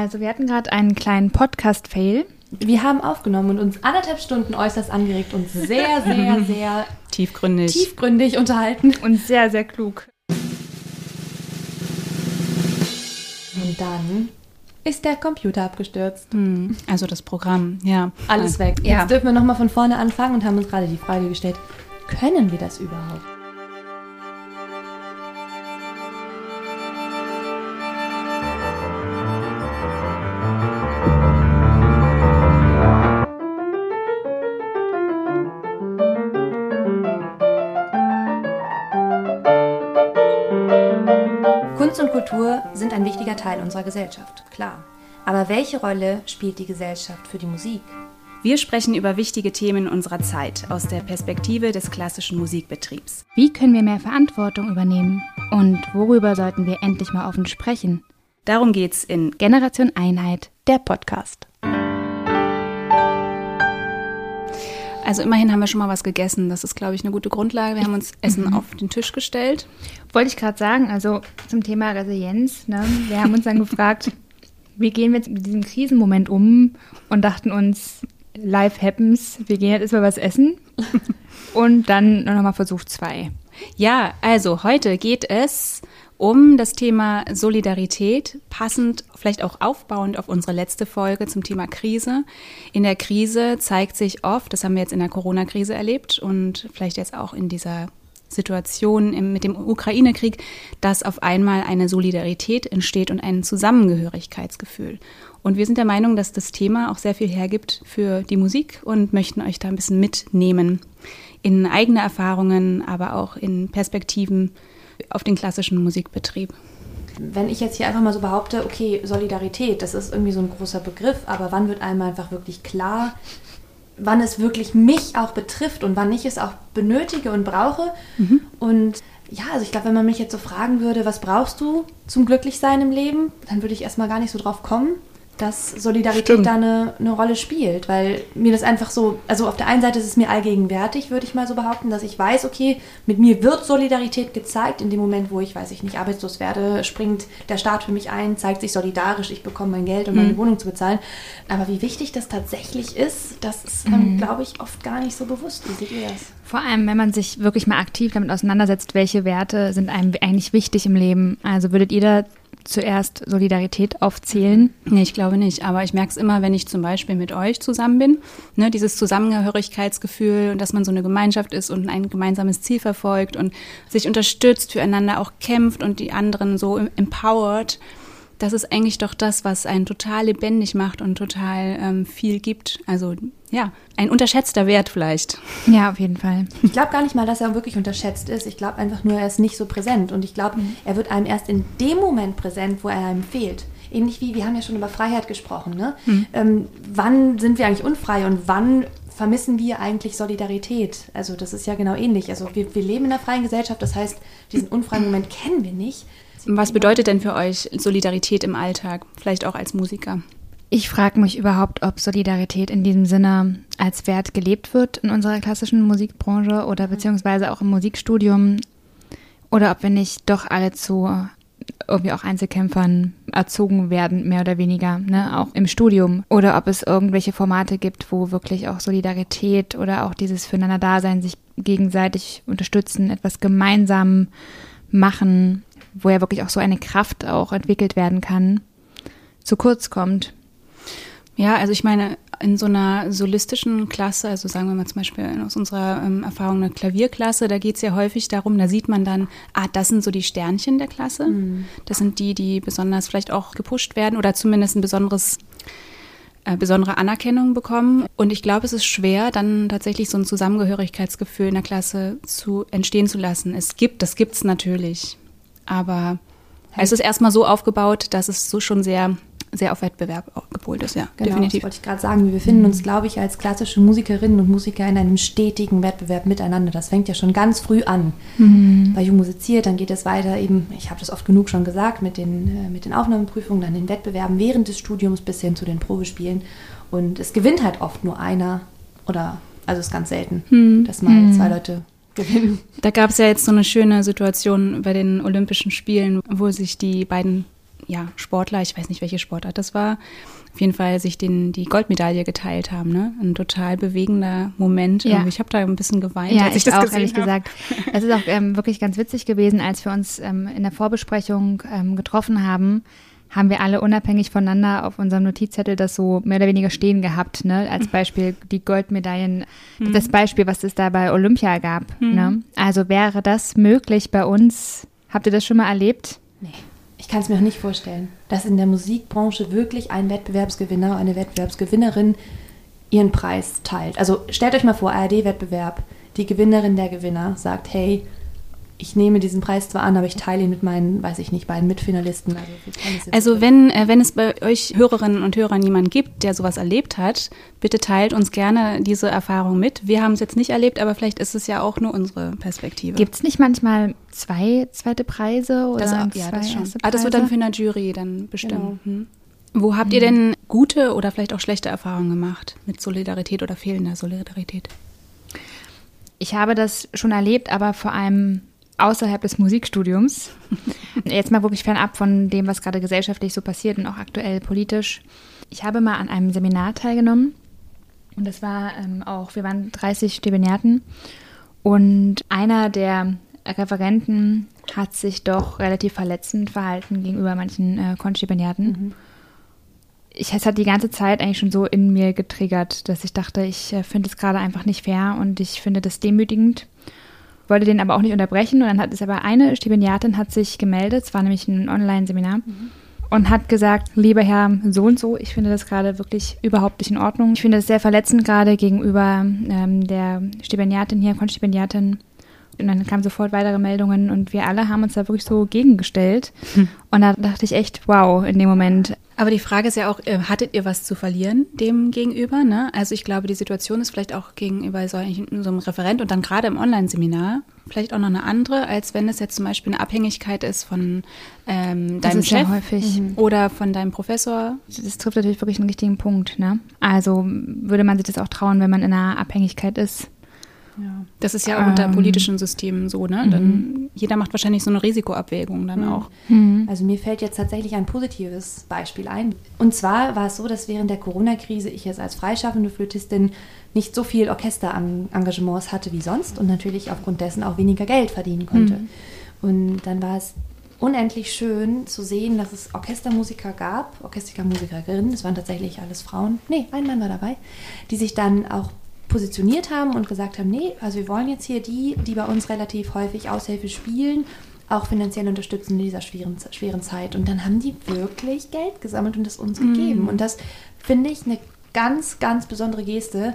Also wir hatten gerade einen kleinen Podcast-Fail. Wir haben aufgenommen und uns 1,5 Stunden äußerst angeregt und sehr, sehr, sehr tiefgründig unterhalten. Und sehr, sehr klug. Und dann ist der Computer abgestürzt. Also das Programm, ja. Alles weg. Jetzt dürfen wir nochmal von vorne anfangen und haben uns gerade die Frage gestellt, können wir das überhaupt? Kunst und Kultur sind ein wichtiger Teil unserer Gesellschaft, klar. Aber welche Rolle spielt die Gesellschaft für die Musik? Wir sprechen über wichtige Themen unserer Zeit aus der Perspektive des klassischen Musikbetriebs. Wie können wir mehr Verantwortung übernehmen? Und worüber sollten wir endlich mal offen sprechen? Darum geht's in Generation Einheit, der Podcast. Also immerhin haben wir schon mal was gegessen. Das ist, glaube ich, eine gute Grundlage. Wir haben uns Essen auf den Tisch gestellt. Wollte ich gerade sagen, also zum Thema Resilienz. Ne? Wir haben uns dann gefragt, wie gehen wir jetzt mit diesem Krisenmoment um und dachten uns, life happens, wir gehen jetzt erstmal was essen und dann nochmal Versuch 2. Ja, also heute geht es um das Thema Solidarität, passend, vielleicht auch aufbauend auf unsere letzte Folge zum Thema Krise. In der Krise zeigt sich oft, das haben wir jetzt in der Corona-Krise erlebt und vielleicht jetzt auch in dieser Situation mit dem Ukraine-Krieg, dass auf einmal eine Solidarität entsteht und ein Zusammengehörigkeitsgefühl. Und wir sind der Meinung, dass das Thema auch sehr viel hergibt für die Musik und möchten euch da ein bisschen mitnehmen in eigene Erfahrungen, aber auch in Perspektiven auf den klassischen Musikbetrieb. Wenn ich jetzt hier einfach mal so behaupte, okay, Solidarität, das ist irgendwie so ein großer Begriff, aber wann wird einem einfach wirklich klar, wann es wirklich mich auch betrifft und wann ich es auch benötige und brauche? Und ja, also ich glaube, wenn man mich jetzt so fragen würde, was brauchst du zum Glücklichsein im Leben, dann würde ich erstmal gar nicht so drauf kommen, dass Solidarität da eine Rolle spielt, weil mir das einfach so, also auf der einen Seite ist es mir allgegenwärtig, würde ich mal so behaupten, dass ich weiß, okay, mit mir wird Solidarität gezeigt, in dem Moment, wo ich, weiß ich nicht, arbeitslos werde, springt der Staat für mich ein, zeigt sich solidarisch, ich bekomme mein Geld, um meine Wohnung zu bezahlen. Aber wie wichtig das tatsächlich ist, das ist einem, glaube ich, oft gar nicht so bewusst. Wie seht ihr das? Vor allem, wenn man sich wirklich mal aktiv damit auseinandersetzt, welche Werte sind einem eigentlich wichtig im Leben. Also würdet ihr da zuerst Solidarität aufzählen? Nee, ich glaube nicht. Aber ich merke es immer, wenn ich zum Beispiel mit euch zusammen bin, ne, dieses Zusammengehörigkeitsgefühl und dass man so eine Gemeinschaft ist und ein gemeinsames Ziel verfolgt und sich unterstützt, füreinander auch kämpft und die anderen so empowert. Das ist eigentlich doch das, was einen total lebendig macht und total viel gibt. Also ja, ein unterschätzter Wert vielleicht. Ja, auf jeden Fall. Ich glaube gar nicht mal, dass er wirklich unterschätzt ist. Ich glaube einfach nur, er ist nicht so präsent. Und ich glaube, er wird einem erst in dem Moment präsent, wo er einem fehlt. Ähnlich wie, wir haben ja schon über Freiheit gesprochen. Ne? Wann sind wir eigentlich unfrei und wann vermissen wir eigentlich Solidarität? Also das ist ja genau ähnlich. Also wir leben in einer freien Gesellschaft, das heißt, diesen unfreien Moment kennen wir nicht. Was bedeutet denn für euch Solidarität im Alltag, vielleicht auch als Musiker? Ich frage mich überhaupt, ob Solidarität in diesem Sinne als Wert gelebt wird in unserer klassischen Musikbranche oder beziehungsweise auch im Musikstudium oder ob wir nicht doch alle zu irgendwie auch Einzelkämpfern erzogen werden, mehr oder weniger, ne, auch im Studium. Oder ob es irgendwelche Formate gibt, wo wirklich auch Solidarität oder auch dieses Füreinander-Dasein, sich gegenseitig unterstützen, etwas gemeinsam machen, wo ja wirklich auch so eine Kraft auch entwickelt werden kann, zu kurz kommt. Ja, also ich meine, in so einer solistischen Klasse, also sagen wir mal zum Beispiel aus unserer Erfahrung eine Klavierklasse, da geht es ja häufig darum, da sieht man dann, das sind so die Sternchen der Klasse. Das sind die besonders vielleicht auch gepusht werden oder zumindest ein besondere Anerkennung bekommen. Und ich glaube, es ist schwer, dann tatsächlich so ein Zusammengehörigkeitsgefühl in der Klasse entstehen zu lassen. Das gibt's natürlich. Aber es ist erstmal so aufgebaut, dass es so schon sehr, sehr auf Wettbewerb gepolt ist, ja, genau, definitiv. Das wollte ich gerade sagen. Wir befinden uns, glaube ich, als klassische Musikerinnen und Musiker in einem stetigen Wettbewerb miteinander. Das fängt ja schon ganz früh an. Bei Jung musiziert, dann geht es weiter eben, ich habe das oft genug schon gesagt, mit den Aufnahmeprüfungen, dann den Wettbewerben während des Studiums bis hin zu den Probespielen. Und es gewinnt halt oft nur einer oder, also es ist ganz selten, dass mal zwei Leute gewinnen. Da gab es ja jetzt so eine schöne Situation bei den Olympischen Spielen, wo sich die beiden Sportler, ich weiß nicht, welche Sportart das war, auf jeden Fall sich die Goldmedaille geteilt haben. Ne? Ein total bewegender Moment. Ja. Ich habe da ein bisschen geweint, als ich das auch, gesehen ehrlich habe. gesagt. Es ist auch wirklich ganz witzig gewesen, als wir uns in der Vorbesprechung getroffen haben wir alle unabhängig voneinander auf unserem Notizzettel das so mehr oder weniger stehen gehabt, ne? Als Beispiel die Goldmedaillen, das Beispiel, was es da bei Olympia gab. Ne? Also wäre das möglich bei uns? Habt ihr das schon mal erlebt? Nee, ich kann es mir auch nicht vorstellen, dass in der Musikbranche wirklich ein Wettbewerbsgewinner, eine Wettbewerbsgewinnerin ihren Preis teilt. Also stellt euch mal vor, ARD-Wettbewerb, die Gewinnerin der Gewinner sagt, hey, ich nehme diesen Preis zwar an, aber ich teile ihn mit meinen, weiß ich nicht, beiden Mitfinalisten. Also wenn es bei euch Hörerinnen und Hörern jemanden gibt, der sowas erlebt hat, bitte teilt uns gerne diese Erfahrung mit. Wir haben es jetzt nicht erlebt, aber vielleicht ist es ja auch nur unsere Perspektive. Gibt es nicht manchmal zwei zweite Preise oder das zwei das schon. erste Das wird Preise? dann für eine Jury dann bestimmt. Genau. Wo habt ihr denn gute oder vielleicht auch schlechte Erfahrungen gemacht mit Solidarität oder fehlender Solidarität? Ich habe das schon erlebt, aber vor allem außerhalb des Musikstudiums. Jetzt mal wirklich fernab von dem, was gerade gesellschaftlich so passiert und auch aktuell politisch. Ich habe mal an einem Seminar teilgenommen und das war wir waren 30 Stipendiaten und einer der Referenten hat sich doch relativ verletzend verhalten gegenüber manchen Konstipendiaten. Es hat die ganze Zeit eigentlich schon so in mir getriggert, dass ich dachte, ich finde es gerade einfach nicht fair und ich finde das demütigend. Wollte den aber auch nicht unterbrechen und dann hat es aber eine Stipendiatin hat sich gemeldet, es war nämlich ein Online-Seminar und hat gesagt, lieber Herr so und so, ich finde das gerade wirklich überhaupt nicht in Ordnung. Ich finde das sehr verletzend gerade gegenüber der Stipendiatin hier, Konstipendiatin. Und dann kamen sofort weitere Meldungen und wir alle haben uns da wirklich so gegengestellt. Und da dachte ich echt, wow, in dem Moment. Aber die Frage ist ja auch, hattet ihr was zu verlieren dem gegenüber? Ne? Also ich glaube, die Situation ist vielleicht auch gegenüber so einem Referent und dann gerade im Online-Seminar vielleicht auch noch eine andere, als wenn es jetzt zum Beispiel eine Abhängigkeit ist von deinem Chef häufig. Oder von deinem Professor. Das trifft natürlich wirklich einen richtigen Punkt. Ne? Also würde man sich das auch trauen, wenn man in einer Abhängigkeit ist. Ja. Das ist ja auch unter politischen Systemen so, ne? Dann, jeder macht wahrscheinlich so eine Risikoabwägung dann auch. Also mir fällt jetzt tatsächlich ein positives Beispiel ein. Und zwar war es so, dass während der Corona-Krise ich jetzt als freischaffende Flötistin nicht so viel Orchesterengagements hatte wie sonst und natürlich aufgrund dessen auch weniger Geld verdienen konnte. Und dann war es unendlich schön zu sehen, dass es Orchestermusiker gab, Orchestermusikerinnen, das waren tatsächlich alles Frauen, ein Mann war dabei, die sich dann auch positioniert haben und gesagt haben, also wir wollen jetzt hier die bei uns relativ häufig Aushilfe spielen, auch finanziell unterstützen in dieser schweren Zeit. Und dann haben die wirklich Geld gesammelt und es uns gegeben. Und das finde ich eine ganz, ganz besondere Geste,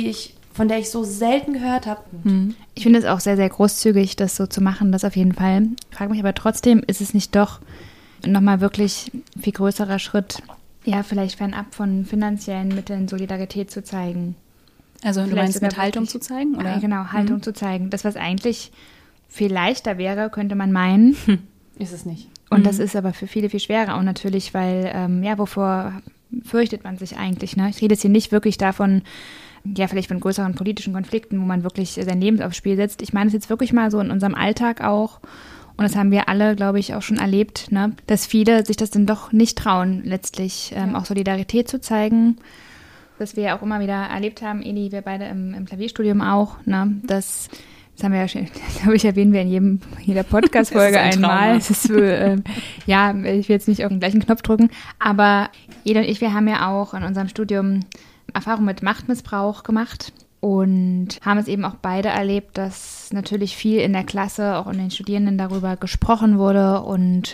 von der ich so selten gehört habe. Ich finde es auch sehr, sehr großzügig, das so zu machen, das auf jeden Fall. Ich frage mich aber trotzdem, ist es nicht doch nochmal wirklich ein viel größerer Schritt, ja, vielleicht fernab von finanziellen Mitteln Solidarität zu zeigen? Also du meinst mit sogar Haltung wirklich, zu zeigen? Oder? Genau, Haltung zu zeigen. Das, was eigentlich viel leichter wäre, könnte man meinen. Ist es nicht. Und das ist aber für viele viel schwerer. Und natürlich, weil, wovor fürchtet man sich eigentlich? Ne? Ich rede jetzt hier nicht wirklich davon, vielleicht von größeren politischen Konflikten, wo man wirklich sein Leben aufs Spiel setzt. Ich meine es jetzt wirklich mal so in unserem Alltag auch. Und das haben wir alle, glaube ich, auch schon erlebt, ne? Dass viele sich das dann doch nicht trauen, letztlich auch Solidarität zu zeigen. Das wir ja auch immer wieder erlebt haben, Eli, wir beide im Klavierstudium auch, ne? Das haben wir ja schon, glaube ich, erwähnen wir in jeder Podcast-Folge einmal. Es ist ich will jetzt nicht auf den gleichen Knopf drücken, aber Eli und ich, wir haben ja auch in unserem Studium Erfahrung mit Machtmissbrauch gemacht und haben es eben auch beide erlebt, dass natürlich viel in der Klasse, auch in den Studierenden darüber gesprochen wurde und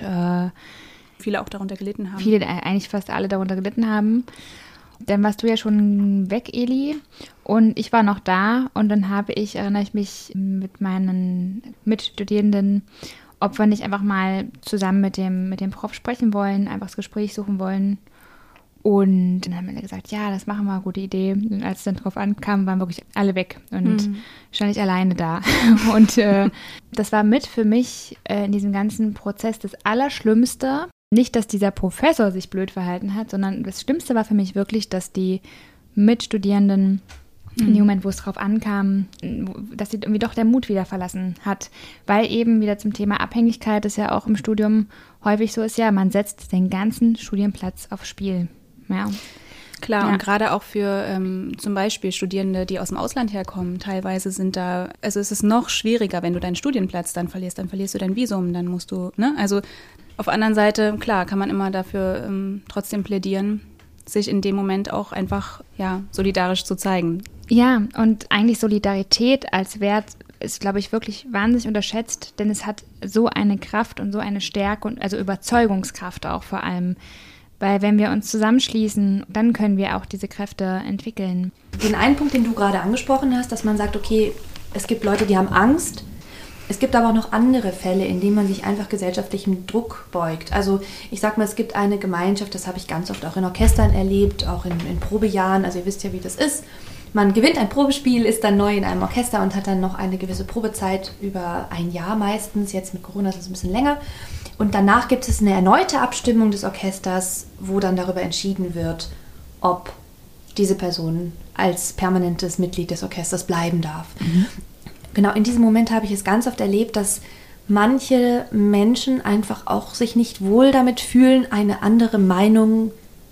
viele auch darunter gelitten haben. Viele, eigentlich fast alle darunter gelitten haben. Dann warst du ja schon weg, Eli, und ich war noch da und dann erinnere ich mich mit meinen Mitstudierenden, ob wir nicht einfach mal zusammen mit dem Prof sprechen wollen, einfach das Gespräch suchen wollen. Und dann haben wir gesagt, ja, das machen wir, gute Idee. Und als es dann drauf ankam, waren wirklich alle weg und stand ich alleine da. Und das war für mich in diesem ganzen Prozess das Allerschlimmste. Nicht, dass dieser Professor sich blöd verhalten hat, sondern das Schlimmste war für mich wirklich, dass die Mitstudierenden in dem Moment, wo es drauf ankam, dass sie irgendwie doch der Mut wieder verlassen hat. Weil eben wieder zum Thema Abhängigkeit, das ja auch im Studium häufig so ist, ja, man setzt den ganzen Studienplatz aufs Spiel. Ja. Klar, und gerade auch für zum Beispiel Studierende, die aus dem Ausland herkommen, teilweise also es ist noch schwieriger, wenn du deinen Studienplatz dann verlierst du dein Visum, dann musst du, ne, also auf der anderen Seite, klar, kann man immer dafür trotzdem plädieren, sich in dem Moment auch einfach, solidarisch zu zeigen. Ja, und eigentlich Solidarität als Wert ist, glaube ich, wirklich wahnsinnig unterschätzt, denn es hat so eine Kraft und so eine Stärke und also Überzeugungskraft auch vor allem. Weil wenn wir uns zusammenschließen, dann können wir auch diese Kräfte entwickeln. Den einen Punkt, den du gerade angesprochen hast, dass man sagt, okay, es gibt Leute, die haben Angst. Es gibt aber auch noch andere Fälle, in denen man sich einfach gesellschaftlichem Druck beugt. Also ich sag mal, es gibt eine Gemeinschaft, das habe ich ganz oft auch in Orchestern erlebt, auch in Probejahren. Also ihr wisst ja, wie das ist. Man gewinnt ein Probespiel, ist dann neu in einem Orchester und hat dann noch eine gewisse Probezeit über ein Jahr meistens. Jetzt mit Corona ist es ein bisschen länger. Und danach gibt es eine erneute Abstimmung des Orchesters, wo dann darüber entschieden wird, ob diese Person als permanentes Mitglied des Orchesters bleiben darf. Mhm. Genau, in diesem Moment habe ich es ganz oft erlebt, dass manche Menschen einfach auch sich nicht wohl damit fühlen, eine andere Meinung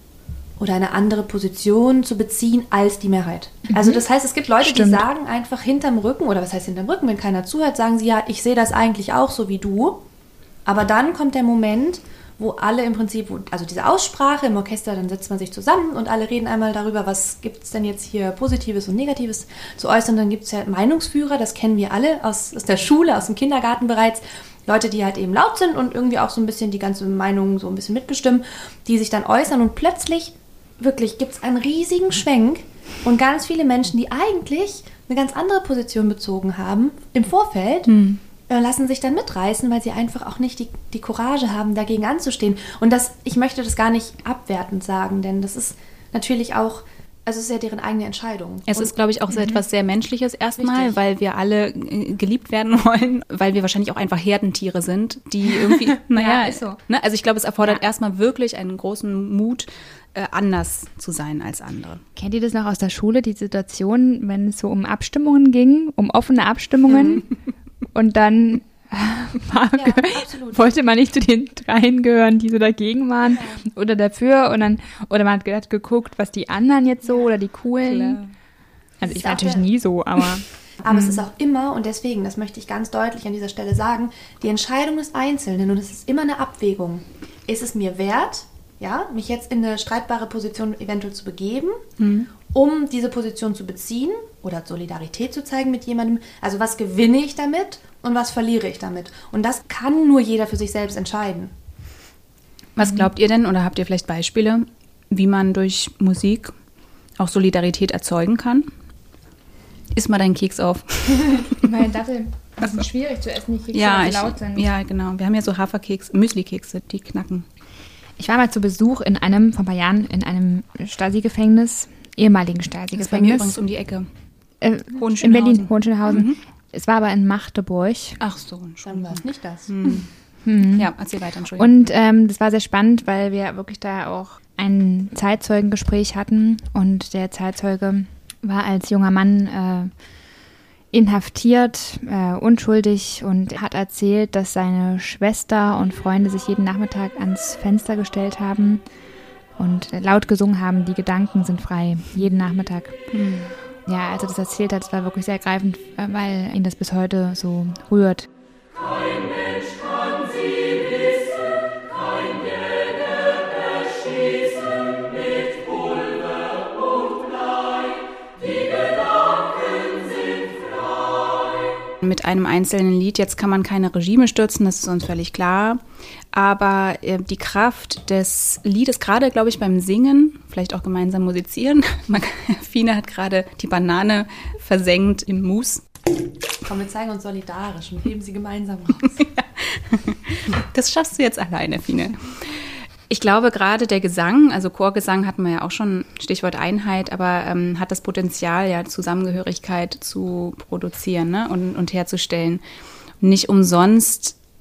oder eine andere Position zu beziehen als die Mehrheit. Mhm. Also das heißt, es gibt Leute, die sagen einfach hinterm Rücken, oder was heißt hinterm Rücken, wenn keiner zuhört, sagen sie, ja, ich sehe das eigentlich auch so wie du. Aber dann kommt der Moment, wo alle im Prinzip, also diese Aussprache im Orchester, dann setzt man sich zusammen und alle reden einmal darüber, was gibt es denn jetzt hier Positives und Negatives zu äußern. Dann gibt es ja Meinungsführer, das kennen wir alle aus der Schule, aus dem Kindergarten bereits. Leute, die halt eben laut sind und irgendwie auch so ein bisschen die ganze Meinung so ein bisschen mitbestimmen, die sich dann äußern und plötzlich wirklich gibt es einen riesigen Schwenk und ganz viele Menschen, die eigentlich eine ganz andere Position bezogen haben im Vorfeld, lassen sich dann mitreißen, weil sie einfach auch nicht die Courage haben, dagegen anzustehen. Und ich möchte das gar nicht abwertend sagen, denn das ist natürlich auch, also es ist ja deren eigene Entscheidung. Es ist, glaube ich, auch so etwas sehr Menschliches erstmal, richtig, weil wir alle geliebt werden wollen, weil wir wahrscheinlich auch einfach Herdentiere sind, die irgendwie, ja, ist so. Ne? Also ich glaube, es erfordert erstmal wirklich einen großen Mut, anders zu sein als andere. Kennt ihr das noch aus der Schule, die Situation, wenn es so um Abstimmungen ging, um offene Abstimmungen? Und dann wollte man nicht zu den dreien gehören, die so dagegen waren oder dafür. Oder man hat geguckt, was die anderen jetzt so oder die Coolen. Klar. Also ich natürlich nie so, aber... Aber es ist auch immer, und deswegen, das möchte ich ganz deutlich an dieser Stelle sagen, die Entscheidung des Einzelnen, und es ist immer eine Abwägung. Ist es mir wert, mich jetzt in eine streitbare Position eventuell zu begeben, um diese Position zu beziehen oder Solidarität zu zeigen mit jemandem? Also was gewinne ich damit und was verliere ich damit? Und das kann nur jeder für sich selbst entscheiden. Was glaubt ihr denn, oder habt ihr vielleicht Beispiele, wie man durch Musik auch Solidarität erzeugen kann? Iss mal deinen Keks auf. Meine Datteln sind schwierig zu essen, die Kekse, weil sie laut sind. Ja, genau. Wir haben ja so Müsli-Kekse, die knacken. Ich war mal zu Besuch vor ein paar Jahren in einem Stasi-Gefängnis, ehemaligen Stasi-Gefängnis. Das ist bei mir übrigens um die Ecke. In Berlin, Hohenschönhausen. Mhm. Es war aber in Magdeburg. Ach so, dann war es nicht das. Ja, erzähl weiter, Entschuldigung. Und das war sehr spannend, weil wir wirklich da auch ein Zeitzeugengespräch hatten und der Zeitzeuge war als junger Mann inhaftiert, unschuldig und hat erzählt, dass seine Schwester und Freunde sich jeden Nachmittag ans Fenster gestellt haben und laut gesungen haben, die Gedanken sind frei, jeden Nachmittag. Ja, als er das erzählt hat, das war wirklich sehr ergreifend, weil ihn das bis heute so rührt. Kein Mensch kann sie wissen, kein Jäger erschießen mit Pulver und Blei, die Gedanken sind frei. Mit einem einzelnen Lied, jetzt kann man keine Regime stürzen, das ist uns völlig klar, aber die Kraft des Liedes, gerade glaube ich beim Singen, vielleicht auch gemeinsam musizieren, Fine hat gerade die Banane versenkt im Mousse. Komm, wir zeigen uns solidarisch und heben sie gemeinsam raus. Das schaffst du jetzt alleine, Fine. Ich glaube, gerade der Gesang, also Chorgesang hatten wir ja auch schon, Stichwort Einheit, aber hat das Potenzial, ja, Zusammengehörigkeit zu produzieren, ne, und herzustellen. Nicht umsonst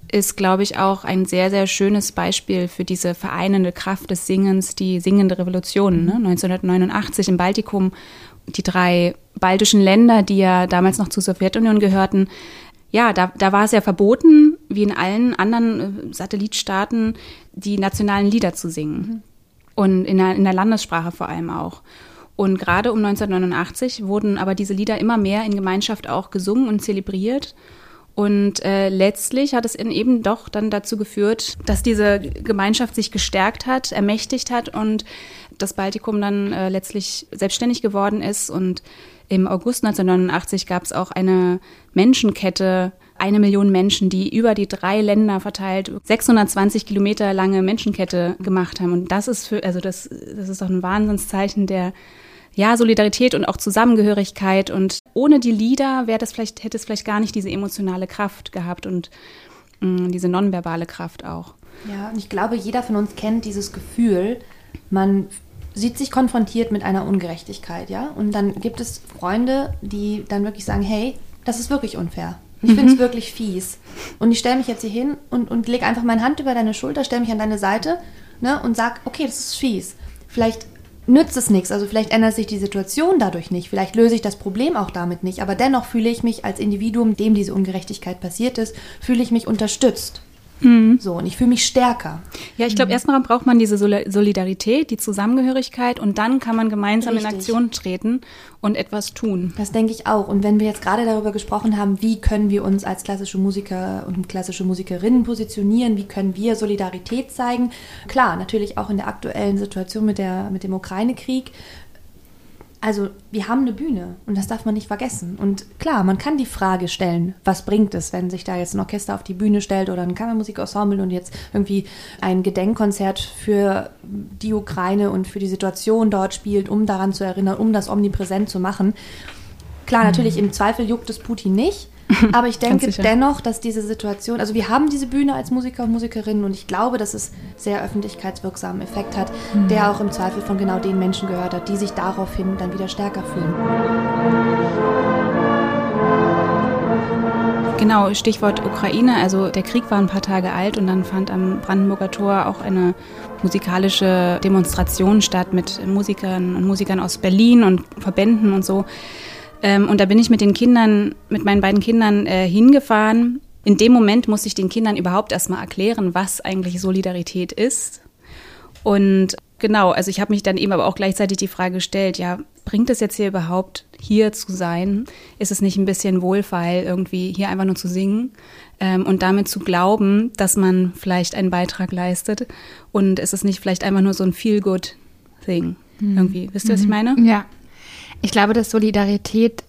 ist, glaube ich, auch ein sehr, sehr schönes Beispiel für diese vereinende Kraft des Singens, die singende Revolution, ne? 1989 im Baltikum, die 3 baltischen Länder, die ja damals noch zur Sowjetunion gehörten. Ja, da war es ja verboten, wie in allen anderen Satellitstaaten, die nationalen Lieder zu singen. Und in der Landessprache vor allem auch. Und gerade um 1989 wurden aber diese Lieder immer mehr in Gemeinschaft auch gesungen und zelebriert. Und letztlich hat es eben doch dann dazu geführt, dass diese Gemeinschaft sich gestärkt hat, ermächtigt hat und das Baltikum dann letztlich selbstständig geworden ist. Und im August 1989 gab es auch eine Menschenkette, 1 Million Menschen, die über die 3 Länder verteilt 620 Kilometer lange Menschenkette gemacht haben. Und das ist das ist doch ein Wahnsinnszeichen der Solidarität und auch Zusammengehörigkeit. Und ohne die Lieder hätte es vielleicht gar nicht diese emotionale Kraft gehabt und diese nonverbale Kraft auch. Ja, und ich glaube, jeder von uns kennt dieses Gefühl, man sieht sich konfrontiert mit einer Ungerechtigkeit, ja? Und dann gibt es Freunde, die dann wirklich sagen, hey, das ist wirklich unfair. Ich finde es wirklich fies. Und ich stelle mich jetzt hier hin und lege einfach meine Hand über deine Schulter, stelle mich an deine Seite, ne, und sage, okay, das ist fies. Vielleicht nützt es nichts, also vielleicht ändert sich die Situation dadurch nicht, vielleicht löse ich das Problem auch damit nicht, aber dennoch fühle ich mich als Individuum, dem diese Ungerechtigkeit passiert ist, fühle ich mich unterstützt. So, und ich fühle mich stärker. Ja, ich glaube, erstmal braucht man diese Solidarität, die Zusammengehörigkeit und dann kann man gemeinsam Richtig. in Aktion treten und etwas tun. Das denke ich auch. Und wenn wir jetzt gerade darüber gesprochen haben, wie können wir uns als klassische Musiker und klassische Musikerinnen positionieren, wie können wir Solidarität zeigen, klar, natürlich auch in der aktuellen Situation mit dem Ukraine-Krieg. Also wir haben eine Bühne und das darf man nicht vergessen. Und klar, man kann die Frage stellen, was bringt es, wenn sich da jetzt ein Orchester auf die Bühne stellt oder ein Kammermusikensemble und jetzt irgendwie ein Gedenkkonzert für die Ukraine und für die Situation dort spielt, um daran zu erinnern, um das omnipräsent zu machen. Klar, natürlich im Zweifel juckt es Putin nicht, aber ich denke dennoch, dass diese Situation, also wir haben diese Bühne als Musiker und Musikerinnen und ich glaube, dass es sehr öffentlichkeitswirksamen Effekt hat, der auch im Zweifel von genau den Menschen gehört hat, die sich daraufhin dann wieder stärker fühlen. Genau, Stichwort Ukraine, also der Krieg war ein paar Tage alt und dann fand am Brandenburger Tor auch eine musikalische Demonstration statt mit Musikern und Musikern aus Berlin und Verbänden und so. Und da bin ich mit meinen beiden Kindern hingefahren. In dem Moment musste ich den Kindern überhaupt erstmal erklären, was eigentlich Solidarität ist. Und genau, also ich habe mich dann eben aber auch gleichzeitig die Frage gestellt, ja, bringt es jetzt hier überhaupt, hier zu sein? Ist es nicht ein bisschen wohlfeil, irgendwie hier einfach nur zu singen und damit zu glauben, dass man vielleicht einen Beitrag leistet? Und ist es nicht vielleicht einfach nur so ein Feel-Good-Thing irgendwie? Wisst ihr, was ich meine? Ja. Ich glaube, dass Solidarität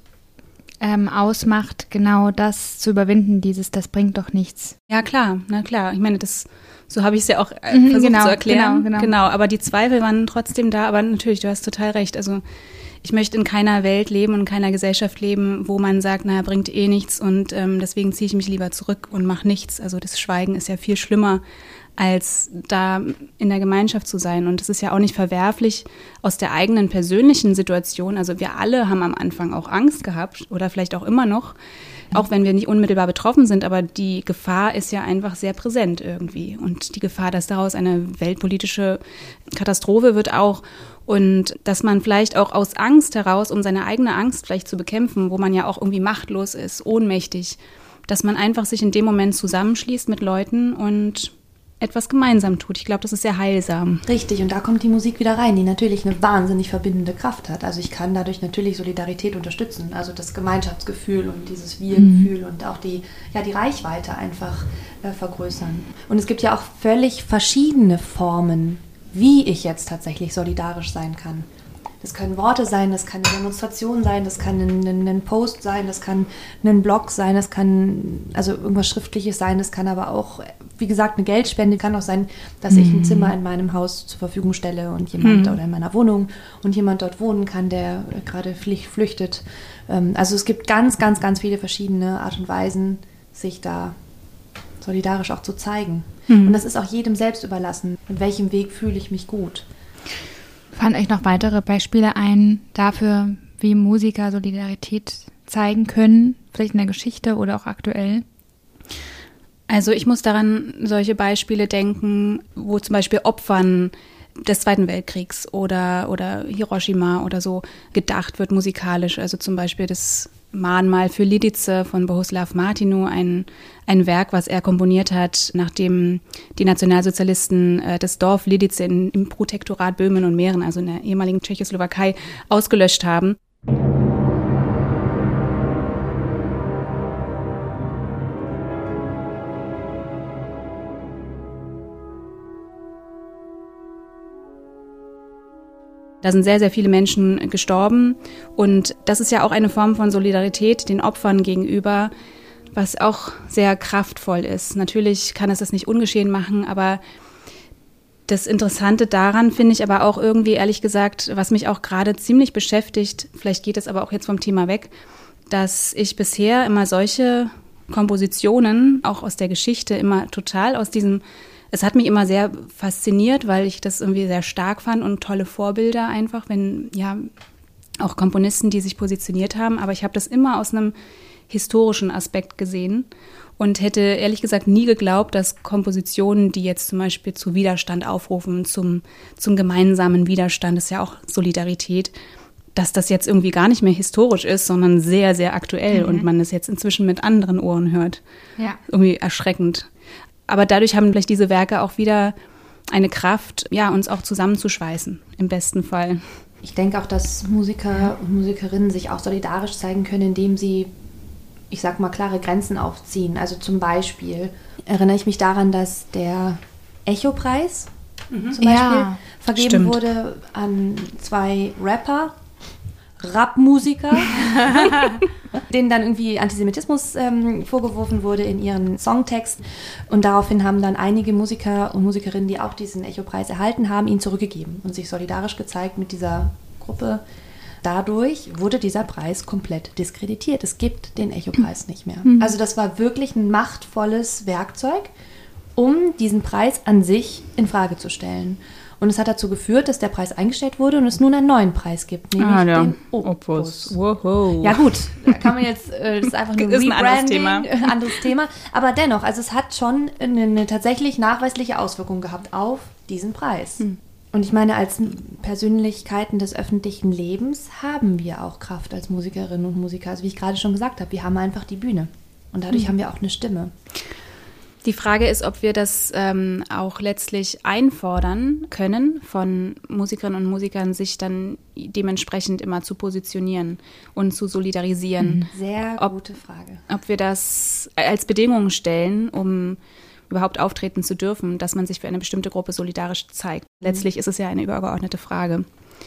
ausmacht, genau das zu überwinden, das bringt doch nichts. Ja, klar, na klar. Ich meine, so habe ich es ja auch versucht zu erklären. Genau, aber die Zweifel waren trotzdem da. Aber natürlich, du hast total recht. Also ich möchte in keiner Welt leben und in keiner Gesellschaft leben, wo man sagt, naja, bringt eh nichts und deswegen ziehe ich mich lieber zurück und mache nichts. Also das Schweigen ist ja viel schlimmer, als da in der Gemeinschaft zu sein. Und es ist ja auch nicht verwerflich aus der eigenen persönlichen Situation. Also wir alle haben am Anfang auch Angst gehabt oder vielleicht auch immer noch, auch wenn wir nicht unmittelbar betroffen sind, aber die Gefahr ist ja einfach sehr präsent irgendwie. Und die Gefahr, dass daraus eine weltpolitische Katastrophe wird auch. Und dass man vielleicht auch aus Angst heraus, um seine eigene Angst vielleicht zu bekämpfen, wo man ja auch irgendwie machtlos ist, ohnmächtig, dass man einfach sich in dem Moment zusammenschließt mit Leuten und etwas gemeinsam tut. Ich glaube, das ist sehr heilsam. Richtig, und da kommt die Musik wieder rein, die natürlich eine wahnsinnig verbindende Kraft hat. Also ich kann dadurch natürlich Solidarität unterstützen, also das Gemeinschaftsgefühl und dieses Wir-Gefühl und auch die Reichweite einfach vergrößern. Und es gibt ja auch völlig verschiedene Formen, wie ich jetzt tatsächlich solidarisch sein kann. Das können Worte sein, das kann eine Demonstration sein, das kann ein Post sein, das kann ein Blog sein, das kann also irgendwas Schriftliches sein, das kann aber auch, wie gesagt, eine Geldspende, kann auch sein, dass ich ein Zimmer in meinem Haus zur Verfügung stelle und jemand oder in meiner Wohnung und jemand dort wohnen kann, der gerade flüchtet. Also es gibt ganz, ganz, ganz viele verschiedene Art und Weisen, sich da solidarisch auch zu zeigen. Und das ist auch jedem selbst überlassen, mit welchem Weg fühle ich mich gut. Fallen euch noch weitere Beispiele ein dafür, wie Musiker Solidarität zeigen können, vielleicht in der Geschichte oder auch aktuell? Also ich muss daran solche Beispiele denken, wo zum Beispiel Opfern des Zweiten Weltkriegs oder Hiroshima oder so gedacht wird musikalisch. Also zum Beispiel das Mahnmal für Lidice von Bohuslav Martinu, ein Werk, was er komponiert hat, nachdem die Nationalsozialisten das Dorf Lidice im Protektorat Böhmen und Mähren, also in der ehemaligen Tschechoslowakei, ausgelöscht haben. Da sind sehr, sehr viele Menschen gestorben und das ist ja auch eine Form von Solidarität den Opfern gegenüber, was auch sehr kraftvoll ist. Natürlich kann es das nicht ungeschehen machen, aber das Interessante daran finde ich aber auch irgendwie, ehrlich gesagt, was mich auch gerade ziemlich beschäftigt, vielleicht geht es aber auch jetzt vom Thema weg, dass ich bisher immer solche Kompositionen, auch aus der Geschichte, immer total aus diesem. Es hat mich immer sehr fasziniert, weil ich das irgendwie sehr stark fand und tolle Vorbilder einfach, wenn, ja, auch Komponisten, die sich positioniert haben. Aber ich habe das immer aus einem historischen Aspekt gesehen und hätte ehrlich gesagt nie geglaubt, dass Kompositionen, die jetzt zum Beispiel zu Widerstand aufrufen, zum gemeinsamen Widerstand, das ist ja auch Solidarität, dass das jetzt irgendwie gar nicht mehr historisch ist, sondern sehr, sehr aktuell und man es jetzt inzwischen mit anderen Ohren hört. Ja. Irgendwie erschreckend. Aber dadurch haben vielleicht diese Werke auch wieder eine Kraft, ja, uns auch zusammenzuschweißen, im besten Fall. Ich denke auch, dass Musiker und Musikerinnen sich auch solidarisch zeigen können, indem sie, ich sag mal, klare Grenzen aufziehen. Also zum Beispiel erinnere ich mich daran, dass der Echo-Preis zum Beispiel vergeben wurde an 2 Rapper, Rap-Musiker, denen dann irgendwie Antisemitismus vorgeworfen wurde in ihren Songtext. Und daraufhin haben dann einige Musiker und Musikerinnen, die auch diesen Echo-Preis erhalten haben, ihn zurückgegeben und sich solidarisch gezeigt mit dieser Gruppe. Dadurch wurde dieser Preis komplett diskreditiert. Es gibt den Echo-Preis nicht mehr. Also das war wirklich ein machtvolles Werkzeug, um diesen Preis an sich in Frage zu stellen. Und es hat dazu geführt, dass der Preis eingestellt wurde und es nun einen neuen Preis gibt, nämlich den Opus. Wow. Ja gut, da kann man jetzt, das ist einfach nur Rebranding, anderes Thema. Aber dennoch, also es hat schon eine tatsächlich nachweisliche Auswirkung gehabt auf diesen Preis. Und ich meine, als Persönlichkeiten des öffentlichen Lebens haben wir auch Kraft als Musikerinnen und Musiker. Also wie ich gerade schon gesagt habe, wir haben einfach die Bühne. Und dadurch haben wir auch eine Stimme. Die Frage ist, ob wir das auch letztlich einfordern können von Musikerinnen und Musikern, sich dann dementsprechend immer zu positionieren und zu solidarisieren. Sehr gute Frage. Ob wir das als Bedingung stellen, um überhaupt auftreten zu dürfen, dass man sich für eine bestimmte Gruppe solidarisch zeigt. Letztlich ist es ja eine übergeordnete Frage.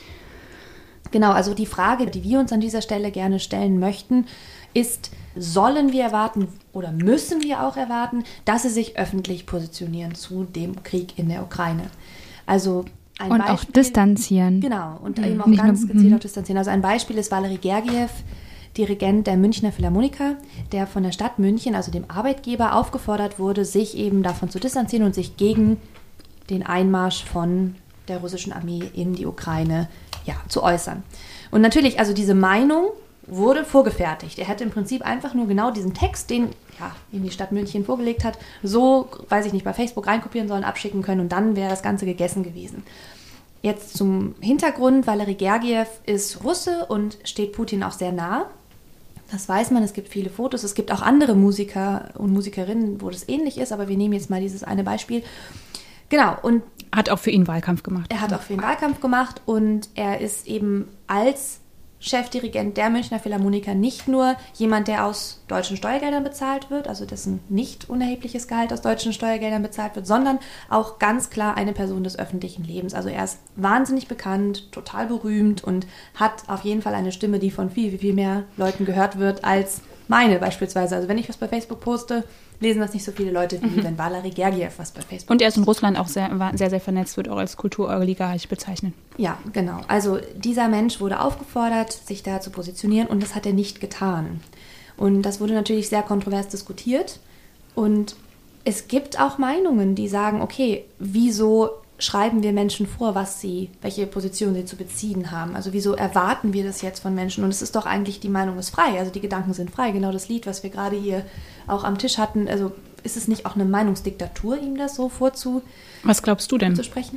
Genau, also die Frage, die wir uns an dieser Stelle gerne stellen möchten, ist, sollen wir erwarten oder müssen wir auch erwarten, dass sie sich öffentlich positionieren zu dem Krieg in der Ukraine? Also ein und Beispiel, auch distanzieren. Genau, und eben auch ganz gezielt auch distanzieren. Also ein Beispiel ist Valery Gergiev, Dirigent der Münchner Philharmoniker, der von der Stadt München, also dem Arbeitgeber, aufgefordert wurde, sich eben davon zu distanzieren und sich gegen den Einmarsch von der russischen Armee in die Ukraine zu äußern. Und natürlich, also diese Meinung wurde vorgefertigt. Er hätte im Prinzip einfach nur genau diesen Text, den die Stadt München vorgelegt hat, so, weiß ich nicht, bei Facebook reinkopieren sollen, abschicken können und dann wäre das Ganze gegessen gewesen. Jetzt zum Hintergrund, Valery Gergiev ist Russe und steht Putin auch sehr nah. Das weiß man, es gibt viele Fotos, es gibt auch andere Musiker und Musikerinnen, wo das ähnlich ist, aber wir nehmen jetzt mal dieses eine Beispiel. Genau, und hat auch für ihn Wahlkampf gemacht. Er hat auch für ihn Wahlkampf gemacht und er ist eben als Chefdirigent der Münchner Philharmoniker nicht nur jemand, der aus deutschen Steuergeldern bezahlt wird, also dessen nicht unerhebliches Gehalt aus deutschen Steuergeldern bezahlt wird, sondern auch ganz klar eine Person des öffentlichen Lebens. Also er ist wahnsinnig bekannt, total berühmt und hat auf jeden Fall eine Stimme, die von viel, viel mehr Leuten gehört wird als meine beispielsweise. Also wenn ich was bei Facebook poste, lesen das nicht so viele Leute, wie wenn Valery Gergiev was bei Facebook. Und er ist in Russland auch sehr, sehr vernetzt, wird auch als Kulturoligarch bezeichnet. Ja, genau. Also dieser Mensch wurde aufgefordert, sich da zu positionieren und das hat er nicht getan. Und das wurde natürlich sehr kontrovers diskutiert. Und es gibt auch Meinungen, die sagen, okay, wieso schreiben wir Menschen vor, welche Position sie zu beziehen haben? Also wieso erwarten wir das jetzt von Menschen? Und es ist doch eigentlich, die Meinung ist frei, also die Gedanken sind frei. Genau das Lied, was wir gerade hier auch am Tisch hatten, also ist es nicht auch eine Meinungsdiktatur, ihm das so Was glaubst du denn? vorzusprechen?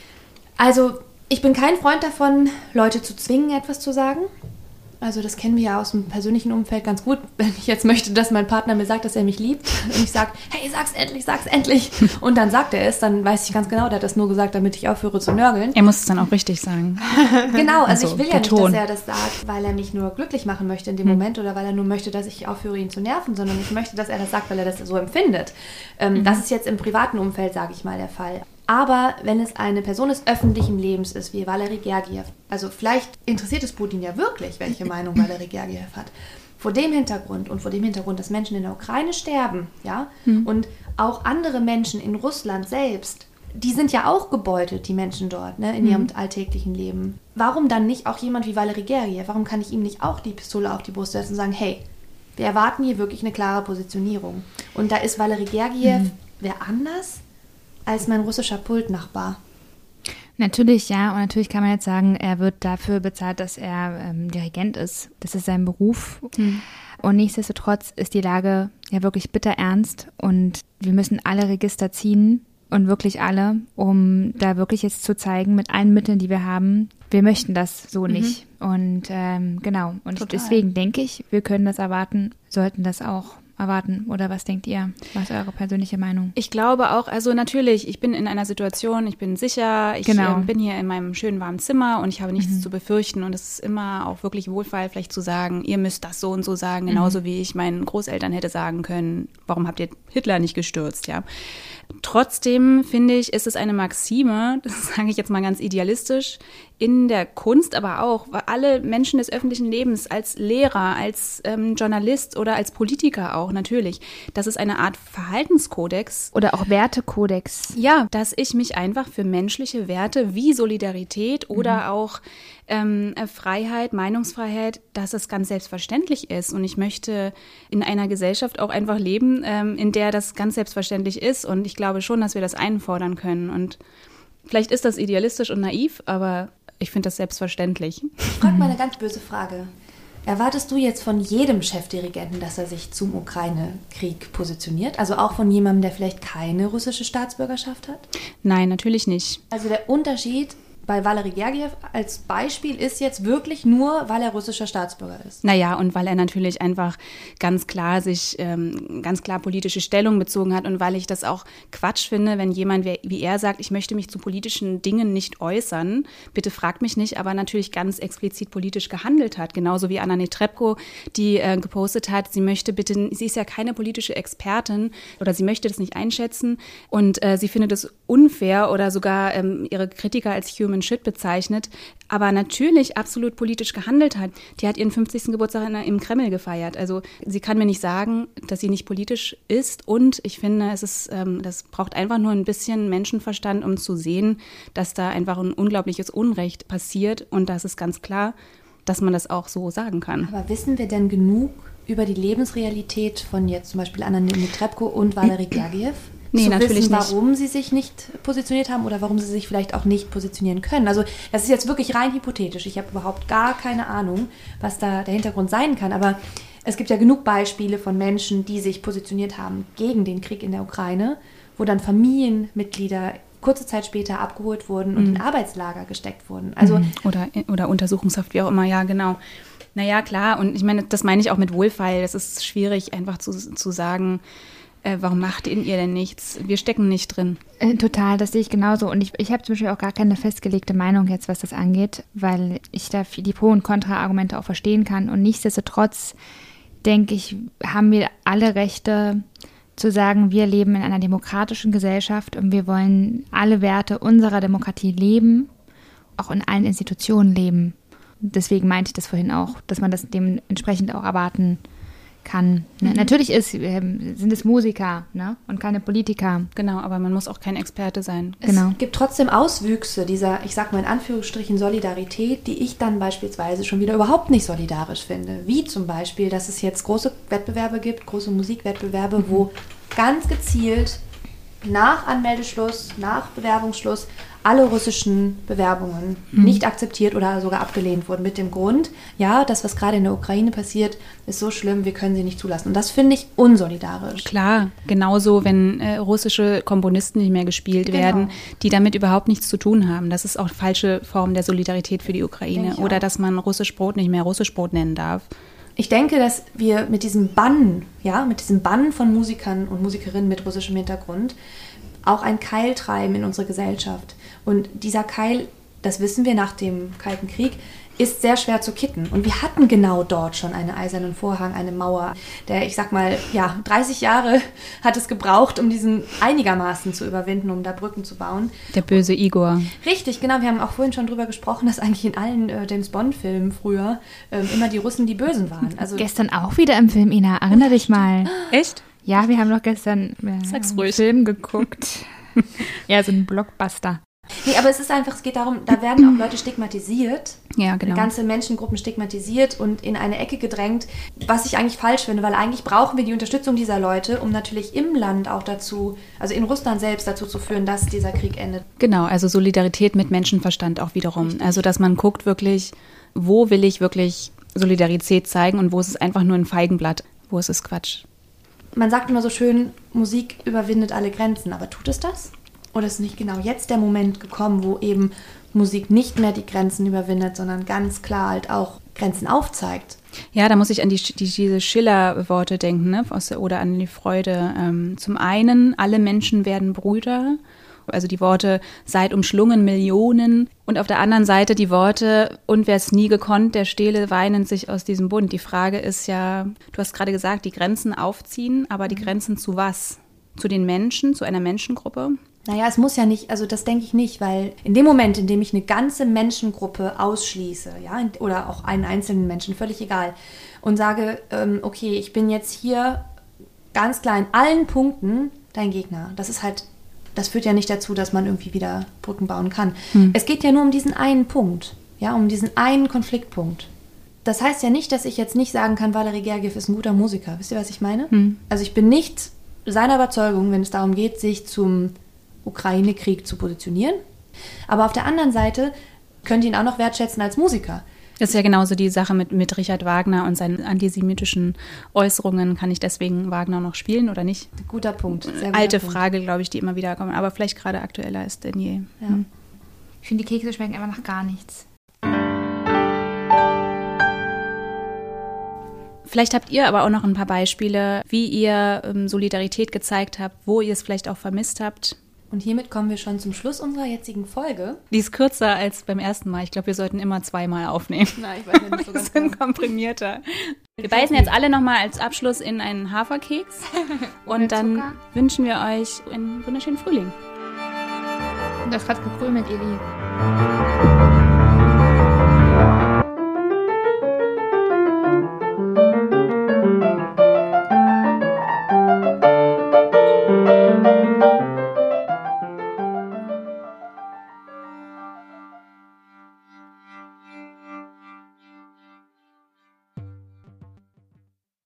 Also, ich bin kein Freund davon, Leute zu zwingen, etwas zu sagen. Also das kennen wir ja aus dem persönlichen Umfeld ganz gut. Wenn ich jetzt möchte, dass mein Partner mir sagt, dass er mich liebt und ich sage, hey, sag's endlich. Und dann sagt er es, dann weiß ich ganz genau, der hat das nur gesagt, damit ich aufhöre zu nörgeln. Er muss es dann auch richtig sagen. Genau, also ich will ja nicht, Ton. dass er das sagt, weil er mich nur glücklich machen möchte in dem Moment oder weil er nur möchte, dass ich aufhöre, ihn zu nerven, sondern ich möchte, dass er das sagt, weil er das so empfindet. Das ist jetzt im privaten Umfeld, sage ich mal, der Fall. Aber wenn es eine Person des öffentlichen Lebens ist, wie Valery Gergiev, also vielleicht interessiert es Putin ja wirklich, welche Meinung Valery Gergiev hat. Vor dem Hintergrund und vor dem Hintergrund, dass Menschen in der Ukraine sterben, ja, und auch andere Menschen in Russland selbst, die sind ja auch gebeutelt, die Menschen dort, ne, in ihrem alltäglichen Leben. Warum dann nicht auch jemand wie Valery Gergiev? Warum kann ich ihm nicht auch die Pistole auf die Brust setzen und sagen, hey, wir erwarten hier wirklich eine klare Positionierung. Und da ist Valery Gergiev wer anders als mein russischer Pultnachbar. Natürlich, ja. Und natürlich kann man jetzt sagen, er wird dafür bezahlt, dass er Dirigent ist. Das ist sein Beruf. Und nichtsdestotrotz ist die Lage ja wirklich bitter ernst. Und wir müssen alle Register ziehen. Und wirklich alle, um da wirklich jetzt zu zeigen, mit allen Mitteln, die wir haben, wir möchten das so nicht. Und genau. Und Total. deswegen denke ich, wir können das erwarten, sollten das auch erwarten. Oder was denkt ihr? Was ist eure persönliche Meinung? Ich glaube auch, also natürlich, ich bin in einer Situation, ich bin sicher, ich bin hier in meinem schönen warmen Zimmer und ich habe nichts zu befürchten und es ist immer auch wirklich wohlfeil, vielleicht zu sagen, ihr müsst das so und so sagen, genauso wie ich meinen Großeltern hätte sagen können, warum habt ihr Hitler nicht gestürzt, ja. Trotzdem finde ich, ist es eine Maxime, das sage ich jetzt mal ganz idealistisch, in der Kunst, aber auch, weil alle Menschen des öffentlichen Lebens, als Lehrer, als Journalist oder als Politiker auch natürlich, das ist eine Art Verhaltenskodex. Oder auch Wertekodex. Ja, dass ich mich einfach für menschliche Werte wie Solidarität oder auch Freiheit, Meinungsfreiheit, dass es ganz selbstverständlich ist. Und ich möchte in einer Gesellschaft auch einfach leben, in der das ganz selbstverständlich ist. Und ich glaube schon, dass wir das einfordern können. Und vielleicht ist das idealistisch und naiv, aber ich finde das selbstverständlich. Ich frage mal eine ganz böse Frage. Erwartest du jetzt von jedem Chefdirigenten, dass er sich zum Ukraine-Krieg positioniert? Also auch von jemandem, der vielleicht keine russische Staatsbürgerschaft hat? Nein, natürlich nicht. Also der Unterschied bei Valery Gergiev als Beispiel ist jetzt wirklich nur, weil er russischer Staatsbürger ist. Naja, und weil er natürlich einfach ganz klar ganz klar politische Stellung bezogen hat und weil ich das auch Quatsch finde, wenn jemand wie er sagt, ich möchte mich zu politischen Dingen nicht äußern, bitte fragt mich nicht, aber natürlich ganz explizit politisch gehandelt hat. Genauso wie Anna Netrebko, die gepostet hat, sie ist ja keine politische Expertin oder sie möchte das nicht einschätzen und sie findet es unfair oder sogar ihre Kritiker als Human Shit bezeichnet, aber natürlich absolut politisch gehandelt hat. Die hat ihren 50. Geburtstag im Kreml gefeiert. Also sie kann mir nicht sagen, dass sie nicht politisch ist und ich finde, das braucht einfach nur ein bisschen Menschenverstand, um zu sehen, dass da einfach ein unglaubliches Unrecht passiert und das ist ganz klar, dass man das auch so sagen kann. Aber wissen wir denn genug über die Lebensrealität von jetzt zum Beispiel Anna Netrebko und Valery Gergiev? Nee, zu natürlich wissen, nicht. warum sie sich nicht positioniert haben oder warum sie sich vielleicht auch nicht positionieren können. Also das ist jetzt wirklich rein hypothetisch. Ich habe überhaupt gar keine Ahnung, was da der Hintergrund sein kann. Aber es gibt ja genug Beispiele von Menschen, die sich positioniert haben gegen den Krieg in der Ukraine, wo dann Familienmitglieder kurze Zeit später abgeholt wurden und in Arbeitslager gesteckt wurden. Also Oder Untersuchungshaft, wie auch immer, ja, genau. Naja, klar, und ich meine, das meine ich auch mit Wohlfeil. Es ist schwierig, einfach zu sagen, warum macht ihr denn nichts? Wir stecken nicht drin. Total, das sehe ich genauso. Und ich habe zum Beispiel auch gar keine festgelegte Meinung jetzt, was das angeht, weil ich da die Pro- und Kontra-Argumente auch verstehen kann. Und nichtsdestotrotz, denke ich, haben wir alle Rechte zu sagen, wir leben in einer demokratischen Gesellschaft und wir wollen alle Werte unserer Demokratie leben, auch in allen Institutionen leben. Deswegen meinte ich das vorhin auch, dass man das dementsprechend auch erwarten kann. Ne? Natürlich sind es Musiker, ne? Und keine Politiker. Genau, aber man muss auch kein Experte sein. Es gibt trotzdem Auswüchse dieser, ich sag mal in Anführungsstrichen, Solidarität, die ich dann beispielsweise schon wieder überhaupt nicht solidarisch finde. Wie zum Beispiel, dass es jetzt große Wettbewerbe gibt, große Musikwettbewerbe, wo ganz gezielt nach Anmeldeschluss, nach Bewerbungsschluss alle russischen Bewerbungen nicht akzeptiert oder sogar abgelehnt wurden mit dem Grund, ja, das, was gerade in der Ukraine passiert, ist so schlimm, wir können sie nicht zulassen. Und das finde ich unsolidarisch. Klar, genauso, wenn russische Komponisten nicht mehr gespielt werden, die damit überhaupt nichts zu tun haben. Das ist auch falsche Form der Solidarität für die Ukraine. Oder dass man russisch Brot nicht mehr russisch Brot nennen darf. Ich denke, dass wir mit diesem Bann von Musikern und Musikerinnen mit russischem Hintergrund auch einen Keil treiben in unsere Gesellschaft. Und dieser Keil, das wissen wir nach dem Kalten Krieg, ist sehr schwer zu kitten. Und wir hatten genau dort schon einen eisernen Vorhang, eine Mauer, der, ich sag mal, 30 Jahre hat es gebraucht, um diesen einigermaßen zu überwinden, um da Brücken zu bauen. Der böse Igor. Richtig, genau. Wir haben auch vorhin schon drüber gesprochen, dass eigentlich in allen James-Bond-Filmen früher immer die Russen die Bösen waren. Also gestern auch wieder im Film, Ina. Erinnere dich mal. Echt? Ja, wir haben doch gestern einen Film geguckt. Ja, so ein Blockbuster. Nee, aber es geht darum, da werden auch Leute stigmatisiert. Ja, genau. Ganze Menschengruppen stigmatisiert und in eine Ecke gedrängt, was ich eigentlich falsch finde, weil eigentlich brauchen wir die Unterstützung dieser Leute, um natürlich im Land auch dazu, also in Russland selbst dazu zu führen, dass dieser Krieg endet. Genau, also Solidarität mit Menschenverstand auch wiederum. Richtig. Also, dass man guckt wirklich, wo will ich wirklich Solidarität zeigen und wo ist es einfach nur ein Feigenblatt, wo ist es Quatsch. Man sagt immer so schön, Musik überwindet alle Grenzen, aber tut es das? Oder ist nicht genau jetzt der Moment gekommen, wo eben Musik nicht mehr die Grenzen überwindet, sondern ganz klar halt auch Grenzen aufzeigt? Ja, da muss ich an diese Schiller-Worte denken, ne? Oder an die Freude. Zum einen, alle Menschen werden Brüder. Also die Worte, seid umschlungen Millionen. Und auf der anderen Seite die Worte, und wer es nie gekonnt, der stehle weinend sich aus diesem Bund. Die Frage ist ja, du hast gerade gesagt, die Grenzen aufziehen, aber die Grenzen zu was? Zu den Menschen, zu einer Menschengruppe? Naja, es muss ja nicht, also das denke ich nicht, weil in dem Moment, in dem ich eine ganze Menschengruppe ausschließe, ja, oder auch einen einzelnen Menschen, völlig egal, und sage, okay, ich bin jetzt hier ganz klar in allen Punkten dein Gegner. Das führt ja nicht dazu, dass man irgendwie wieder Brücken bauen kann. Es geht ja nur um diesen einen Punkt, ja, um diesen einen Konfliktpunkt. Das heißt ja nicht, dass ich jetzt nicht sagen kann, Valery Gergiev ist ein guter Musiker. Wisst ihr, was ich meine? Also ich bin nicht seiner Überzeugung, wenn es darum geht, sich zum Ukraine-Krieg zu positionieren. Aber auf der anderen Seite könnt ihr ihn auch noch wertschätzen als Musiker. Das ist ja genauso die Sache mit Richard Wagner und seinen antisemitischen Äußerungen. Kann ich deswegen Wagner noch spielen oder nicht? Guter Punkt. Sehr guter Alte Punkt. Frage, glaube ich, die immer wieder kommt. Aber vielleicht gerade aktueller ist denn je. Ja. Ich finde, die Kekse schmecken einfach nach gar nichts. Vielleicht habt ihr aber auch noch ein paar Beispiele, wie ihr Solidarität gezeigt habt, wo ihr es vielleicht auch vermisst habt. Und hiermit kommen wir schon zum Schluss unserer jetzigen Folge. Die ist kürzer als beim ersten Mal. Ich glaube, wir sollten immer 2-mal aufnehmen. Nein, ich weiß nicht so ganz Wir sind komprimierter. Wir beißen jetzt alle nochmal als Abschluss in einen Haferkeks. Und dann wünschen wir euch einen wunderschönen Frühling. Das hat gekrümelt, ihr Lieben.